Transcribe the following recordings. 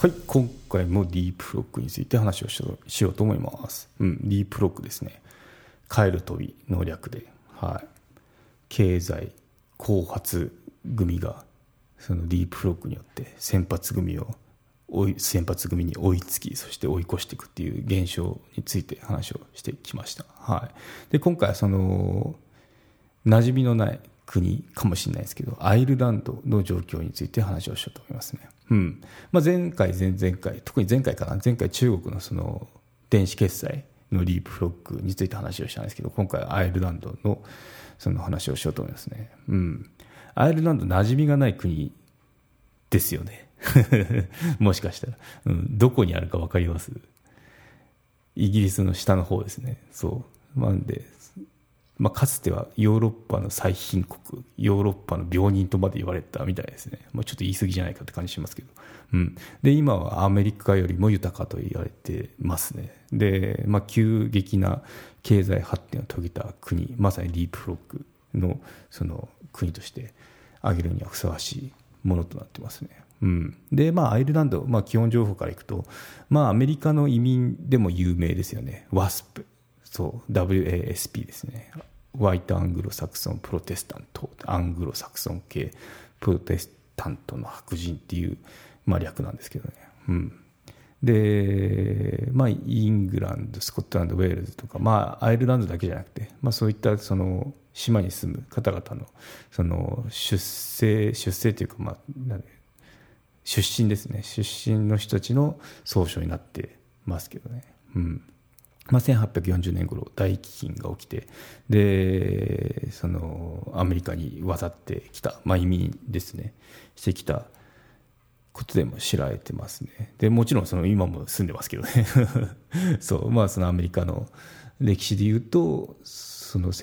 はい、今回もディープフロックについて話をしようと思います。ディープフロックですね。カエル飛びの略で、経済後発組がそのディープフロックによって先発組に追いつき、そして追い越していくっていう現象について話をしてきました。で今回はその馴染みのない国かもしれないですけど、アイルランドの状況について話をしようと思いますね。前回前々回、特に前回中国のその電子決済のディープフロックについて話をしたんですけど、今回はアイルランドのその話をしようと思いますね。アイルランド馴染みがない国ですよねもしかしたら、どこにあるか分かります？イギリスの下の方ですね。なんで、かつてはヨーロッパの最貧国、ヨーロッパの病人とまで言われたみたいですね。ちょっと言い過ぎじゃないかって感じしますけど、で今はアメリカよりも豊かと言われてますね。で、急激な経済発展を遂げた国、まさにディープフロックのその国として挙げるにはふさわしいものとなってますね。でアイルランド、基本情報からいくと、アメリカの移民でも有名ですよね。WASP、WASP ですね。ワイトアングロサクソンプロテスタント、アングロサクソン系プロテスタントの白人っていう、略なんですけどね。で、イングランド、スコットランド、ウェールズとか、アイルランドだけじゃなくて、そういったその島に住む方々のその出生というか、出身ですね。出身の人たちの総称になってますけどね。1840年頃大飢饉が起きて、でそのアメリカに渡ってきた、移民ですねしてきたことでも知られてますね。でもちろんその今も住んでますけどねそのアメリカの歴史でいうと、その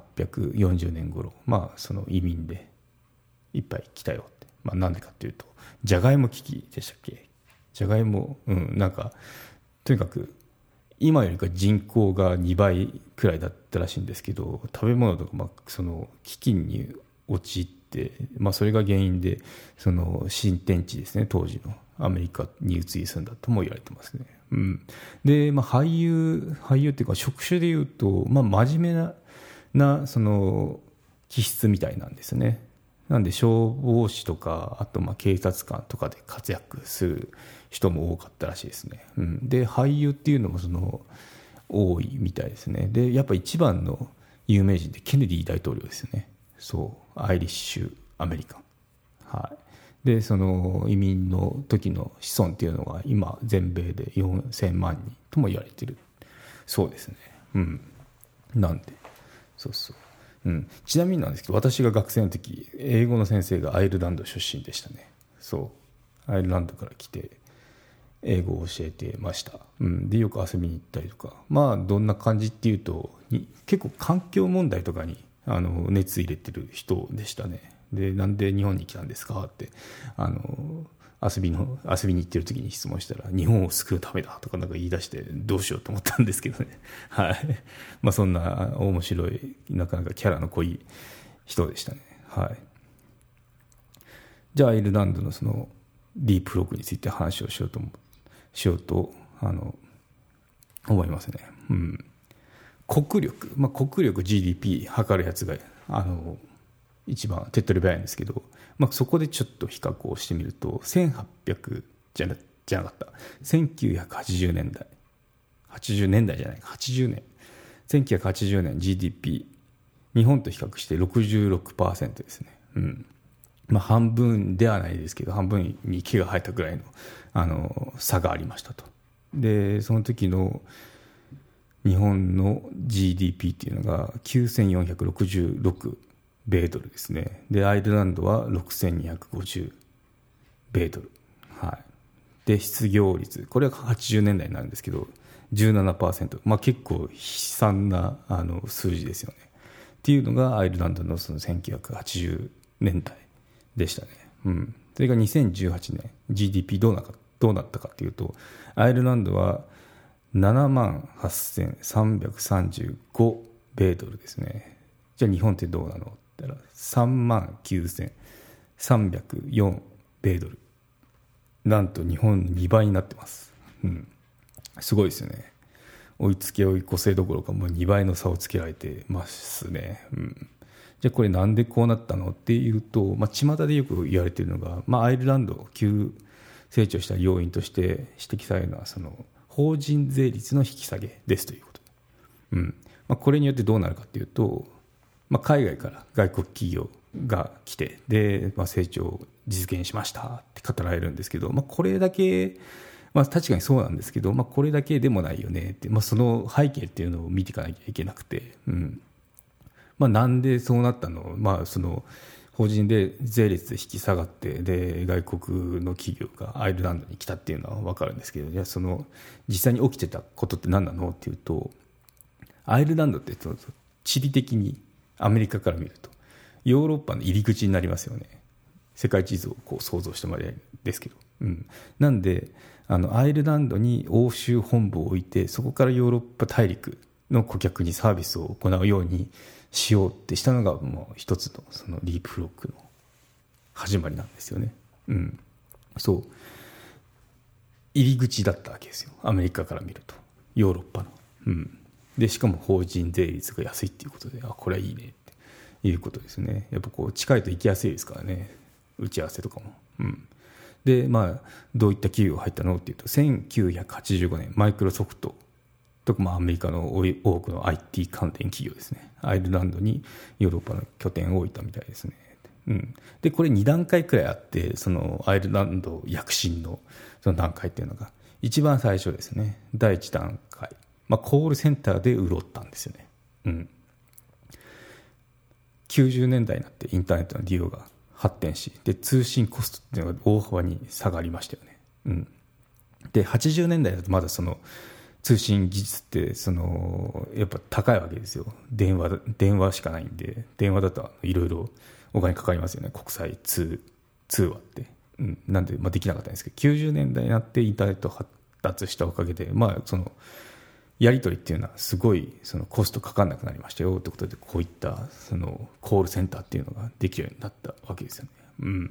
1840年頃、その移民でいっぱい来たよって、なんでかっていうと、ジャガイモ危機でしたっけ。ジャガイモ、とにかく今よりか人口が2倍くらいだったらしいんですけど、食べ物とか、その飢饉に陥って、それが原因でその新天地ですね、当時のアメリカに移り住んだとも言われてますね。で、俳優っていうか職種でいうと、真面目なその気質みたいなんですね。なんで消防士とか、あと警察官とかで活躍する人も多かったらしいですね。で俳優っていうのもその多いみたいですね。でやっぱ一番の有名人ってケネディ大統領ですよね。アイリッシュアメリカン。でその移民の時の子孫っていうのが今全米で4000万人とも言われているそうですね。なんでちなみになんですけど、私が学生の時、英語の先生がアイルランド出身でしたね。アイルランドから来て英語を教えてました。でよく遊びに行ったりとか、どんな感じっていうと、結構環境問題とかに熱入れてる人でしたね。でなんで日本に来たんですかって遊びに行ってる時に質問したら、日本を救うためだとか言い出して、どうしようと思ったんですけどねそんな面白い、なかなかキャラの濃い人でしたね。じゃあアイルランドのそのディープフロックについて話をしようと思いますね。国力 GDP 測るやつが一番手っ取り早いんですけど、そこでちょっと比較をしてみると、1980年代80年1980年 GDP 日本と比較して 66% ですね。半分ではないですけど、半分に毛が生えたぐらいの差がありましたと。でその時の日本の GDP っていうのが9466米ドルですね。でアイルランドは6250米ドル。で失業率、これは80年代になるんですけど 17%、結構悲惨な数字ですよね。っていうのがアイルランドのその1980年代でしたね。それが2018年 GDP どうなったかっていうと、アイルランドは78,335米ドルですね。じゃあ日本ってどうなのって言ったら 39,304 米ドルなんと日本2倍になってます、すごいですよね。追いつけ追い越せどころかもう2倍の差をつけられてますね、じゃあこれなんでこうなったのっていうと、巷でよく言われているのが、アイルランド急成長した要因として指摘されるのはその法人税率の引き下げですということで、これによってどうなるかというと、海外から外国企業が来てで、成長を実現しましたって語られるんですけど、これだけ、確かにそうなんですけど、これだけでもないよねって、その背景っていうのを見ていかなきゃいけなくて、なんでそうなったの、その法人で税率で引き下がってで外国の企業がアイルランドに来たっていうのは分かるんですけど、その実際に起きてたことって何なのっていうと、アイルランドって地理的にアメリカから見るとヨーロッパの入り口になりますよね。世界地図をこう想像してもらえるんですけど、なんでアイルランドに欧州本部を置いてそこからヨーロッパ大陸の顧客にサービスを行うようにしようってしたのがもう一つのそのリープフロッグの始まりなんですよね。そう入り口だったわけですよ、アメリカから見るとヨーロッパの、でしかも法人税率が安いっていうことで、これはいいねっていうことですね。やっぱこう近いと行きやすいですからね、打ち合わせとかも。でどういった企業が入ったのっていうと、1985年マイクロソフトとか、アメリカの多くの IT 関連企業ですね、アイルランドにヨーロッパの拠点を置いたみたいですね。でこれ2段階くらいあって、そのアイルランド躍進のその段階っていうのが、一番最初ですね、第1段階、コールセンターで潤ったんですよね。90年代になってインターネットの利用が発展し、で通信コストっていうのが大幅に下がりましたよね。で80年代だとまだその通信技術ってやっぱ高いわけですよ。電話しかないんで、電話だといろいろお金かかりますよね、国際通話って。なんでできなかったんですけど、90年代になってインターネット発達したおかげで、そのやり取りっていうのはすごいそのコストかかんなくなりましたよってことで、こういったそのコールセンターっていうのができるようになったわけですよね。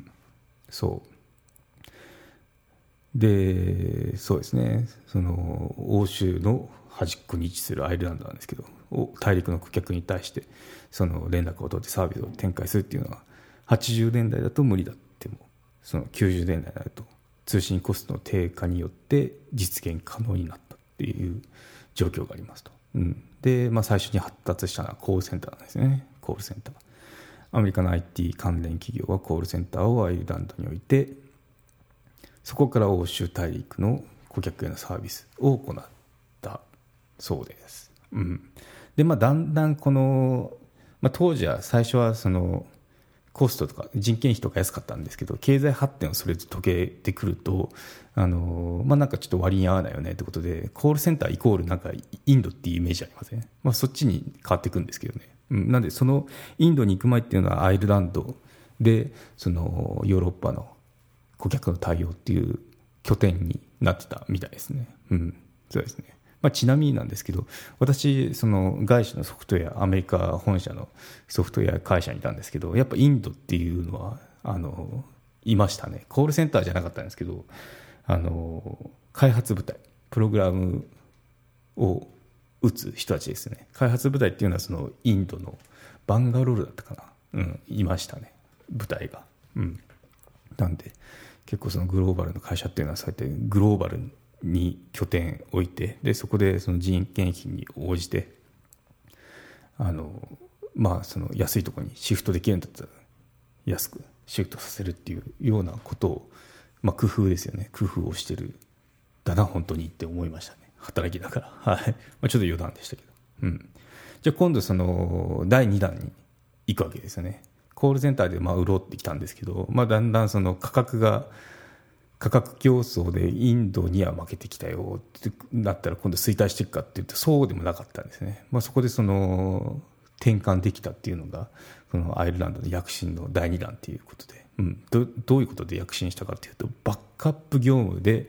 でそうですね、その欧州の端っこに位置するアイルランドなんですけど、大陸の顧客に対してその連絡を取ってサービスを展開するっていうのは80年代だと無理だっても、その90年代になると通信コストの低下によって実現可能になったっていう状況がありますと。で、最初に発達したのはコールセンターなんですね。コールセンター、アメリカの IT 関連企業はコールセンターをアイルランドに置いて、そこから欧州大陸の顧客へのサービスを行ったそうです。でだんだんこの、当時は最初はそのコストとか人件費とか安かったんですけど、経済発展をそれと遂げてくるとなんかちょっと割に合わないよねってことで、コールセンターイコールなんかインドっていうイメージありません？そっちに変わっていくんですけどね。なんでそのインドに行く前っていうのはアイルランドでそのヨーロッパの顧客の対応っていう拠点になってたみたいですね。そうですね。ちなみになんですけど、私その外資のソフトウェア、アメリカ本社のソフトウェア会社にいたんですけど、やっぱインドっていうのはいましたね。コールセンターじゃなかったんですけど、開発部隊、プログラムを打つ人たちですね。開発部隊っていうのはそのインドのバンガロールだったかな、いましたね、部隊が。なんで結構そのグローバルの会社っていうのはそうやってグローバルに拠点を置いて、でそこでその人件費に応じてその安いところにシフトできるんだったら安くシフトさせるっていうようなことを、工夫ですよね。工夫をしてるだな本当にって思いましたね、働きだから。ちょっと余談でしたけど。じゃあ今度その第2弾に行くわけですよね。コールセンターで潤ってきたんですけど、だんだんその価格競争でインドには負けてきたよってなったら、今度衰退していくかっていうとそうでもなかったんですね。そこでその転換できたっていうのがそのアイルランドの躍進の第2弾ということで、どういうことで躍進したかというと、バックアップ業務で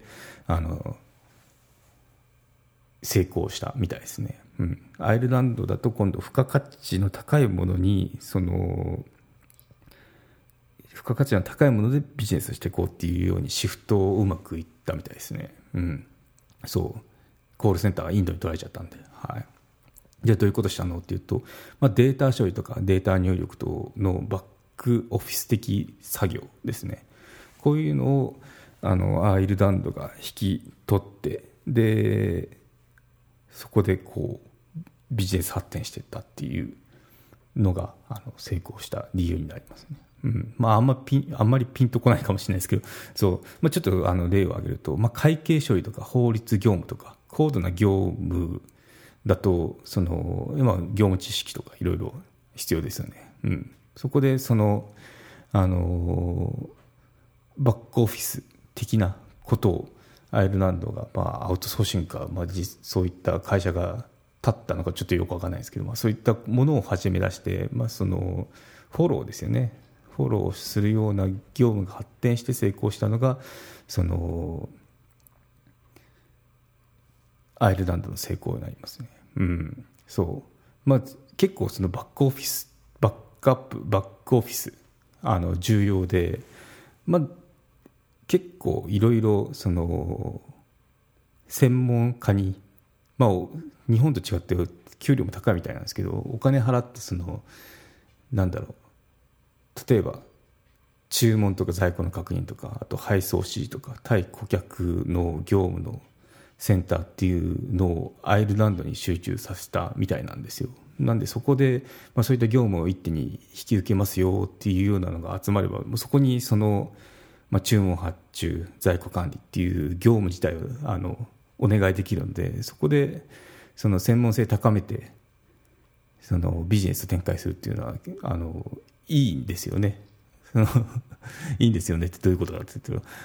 成功したみたいですね。アイルランドだと今度付加価値の高いものにその付加価値の高いものでビジネスしていこうっていうようにシフトをうまくいったみたいですね。そうコールセンターがインドに取られちゃったんで、でどういうことしたのっていうと、データ処理とかデータ入力等のバックオフィス的作業ですね。こういうのをアイルランドが引き取って、でそこでこうビジネス発展していったっていうのが成功した理由になりますね。あんまりピンとこないかもしれないですけど、そう、ちょっと例を挙げると、会計処理とか法律業務とか高度な業務だと今業務知識とかいろいろ必要ですよね。そこでバックオフィス的なことをアイルランドがアウトソーシングか、そういった会社が立ったのかちょっとよく分からないですけど、そういったものを始め出して、フォローですよね。フォローするような業務が発展して成功したのがアイルランドの成功になりますね。結構バックオフィスバックオフィス重要で、結構いろいろ専門家に、日本と違って給料も高いみたいなんですけど、お金払って例えば注文とか在庫の確認とか、あと配送指示とか対顧客の業務のセンターっていうのをアイルランドに集中させたみたいなんですよ。なんでそこで、そういった業務を一手に引き受けますよっていうようなのが集まれば、もうそこに注文発注在庫管理っていう業務自体をお願いできるので、そこで専門性高めてビジネスを展開するっていうのはいいんですよね。いいんですよねってどういうことかって言うと、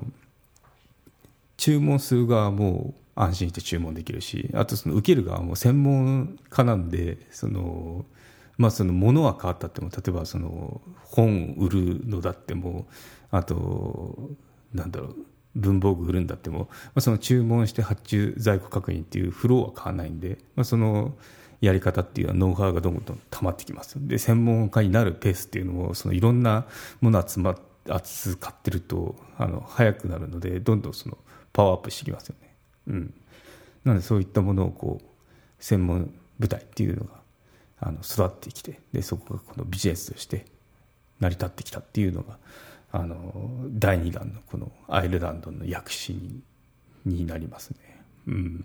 注文する側も安心して注文できるし、あと受ける側も専門家なんで、物は変わったっても、例えば本売るのだっても、あと文房具売るんだっても、注文して発注在庫確認っていうフローは変わらないんで、やり方っていうのはノウハウがどんどん溜まってきます。で専門家になるペースっていうのもいろんなものを扱ってると早くなるので、どんどんパワーアップしてきますよね。なのでそういったものを専門部隊っていうのが育ってきて、でそこがこのビジネスとして成り立ってきたっていうのが第2弾のこのアイルランドの躍進になりますね。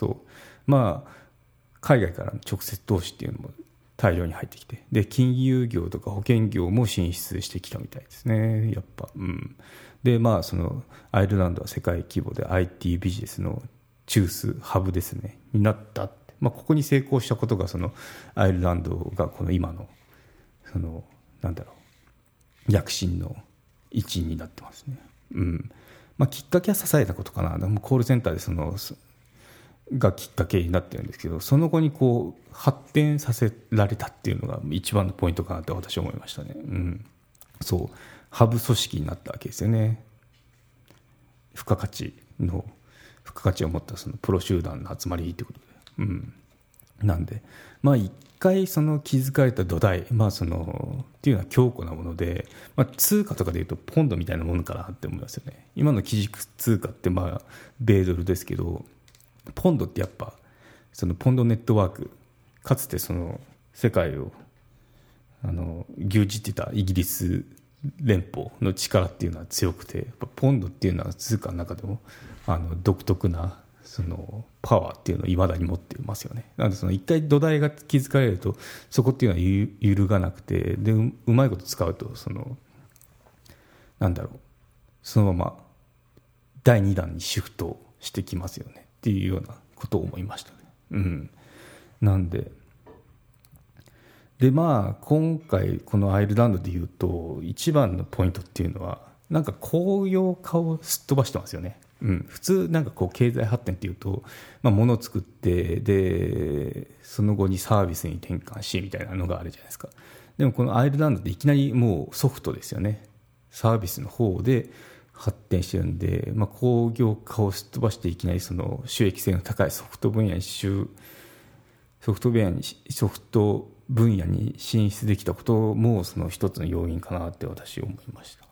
海外からの直接投資っていうのも大量に入ってきて、で金融業とか保険業も進出してきたみたいですね、やっぱ。でアイルランドは世界規模で IT ビジネスの中枢ハブですねになったって、ここに成功したことがアイルランドがこの今の躍進の一因になってますね。きっかけは支えたことかな。コールセンターでがきっかけになってるんですけど、その後に発展させられたっていうのが一番のポイントかなって私は思いましたね。ハブ組織になったわけですよね。付加価値を持ったプロ集団の集まりってことで、なんで一回築かれた土台、っていうのは強固なもので、通貨とかでいうとポンドみたいなものかなって思いますよね。今の基軸通貨って米ドルですけど、ポンドってやっぱポンドネットワーク、かつて世界を牛耳ってたイギリス連邦の力っていうのは強くて、やっぱポンドっていうのは通貨の中でも独特なパワーっていうのをいまだに持っていますよね。なので一回土台が築かれると、そこっていうのは揺るがなくて、でうまいこと使うとそのまま第2弾にシフトしてきますよねっていうようなことを思いましたね。なんで今回このアイルランドでいうと一番のポイントっていうのは工業化をすっ飛ばしてますよね。普通経済発展っていうと、物を作ってでその後にサービスに転換しみたいなのがあるじゃないですか。でもこのアイルランドでいきなりもうソフトですよね。サービスの方で発展してるんで、工業化をすっ飛ばしていきなり収益性の高いソフト分野分野に進出できたこともその一つの要因かなって私思いました。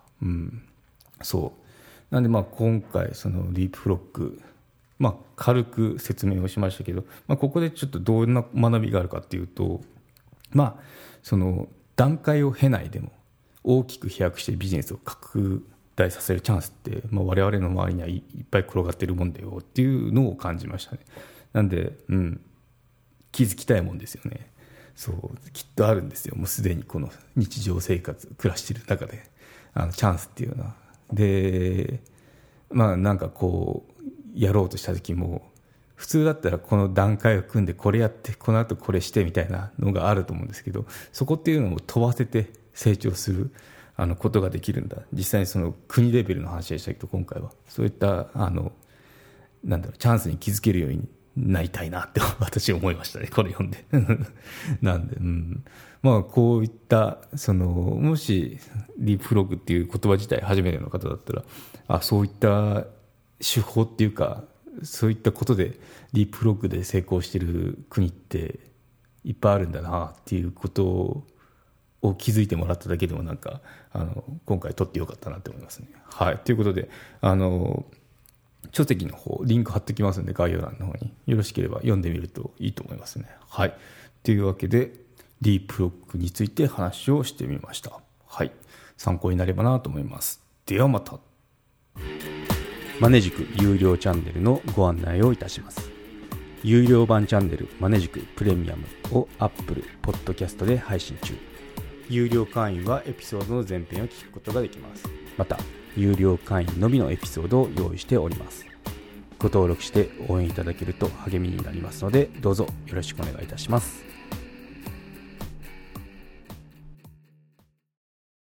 そうなんで今回そのディープフロック、軽く説明をしましたけど、ここでちょっとどんな学びがあるかっていうと、その段階を経ないでも大きく飛躍してビジネスを拡大させるチャンスって、我々の周りにはいっぱい転がってるもんだよっていうのを感じましたね。なんで、気づきたいもんですよね。そうきっとあるんですよ。もうすでにこの日常生活暮らしてる中でチャンスっていうのはで、なんかこうやろうとした時も普通だったらこの段階を組んでこれやってこの後これしてみたいなのがあると思うんですけど、そこっていうのを飛ばせて成長することができるんだ。実際にその国レベルの話でしたけど、今回はそういったチャンスに気づけるようになりたいなって私思いましたね、これ読んでなんで、こういったもしディープフロックっていう言葉自体初めての方だったら、そういった手法っていうかそういったことでディープフロックで成功している国っていっぱいあるんだなっていうことを気づいてもらっただけでも今回撮ってよかったなと思いますね。はい、ということで書籍の方リンク貼ってきますので概要欄の方によろしければ読んでみるといいと思いますね。はい、というわけでディープフロックについて話をしてみました。はい、参考になればなと思います。ではまた。マネジク有料チャンネルのご案内をいたします。有料版チャンネルマネジクプレミアムを Apple Podcast で配信中。有料会員はエピソードの前編を聞くことができます。また有料会員のみのエピソードを用意しております。ご登録して応援いただけると励みになりますので、どうぞよろしくお願いいたします。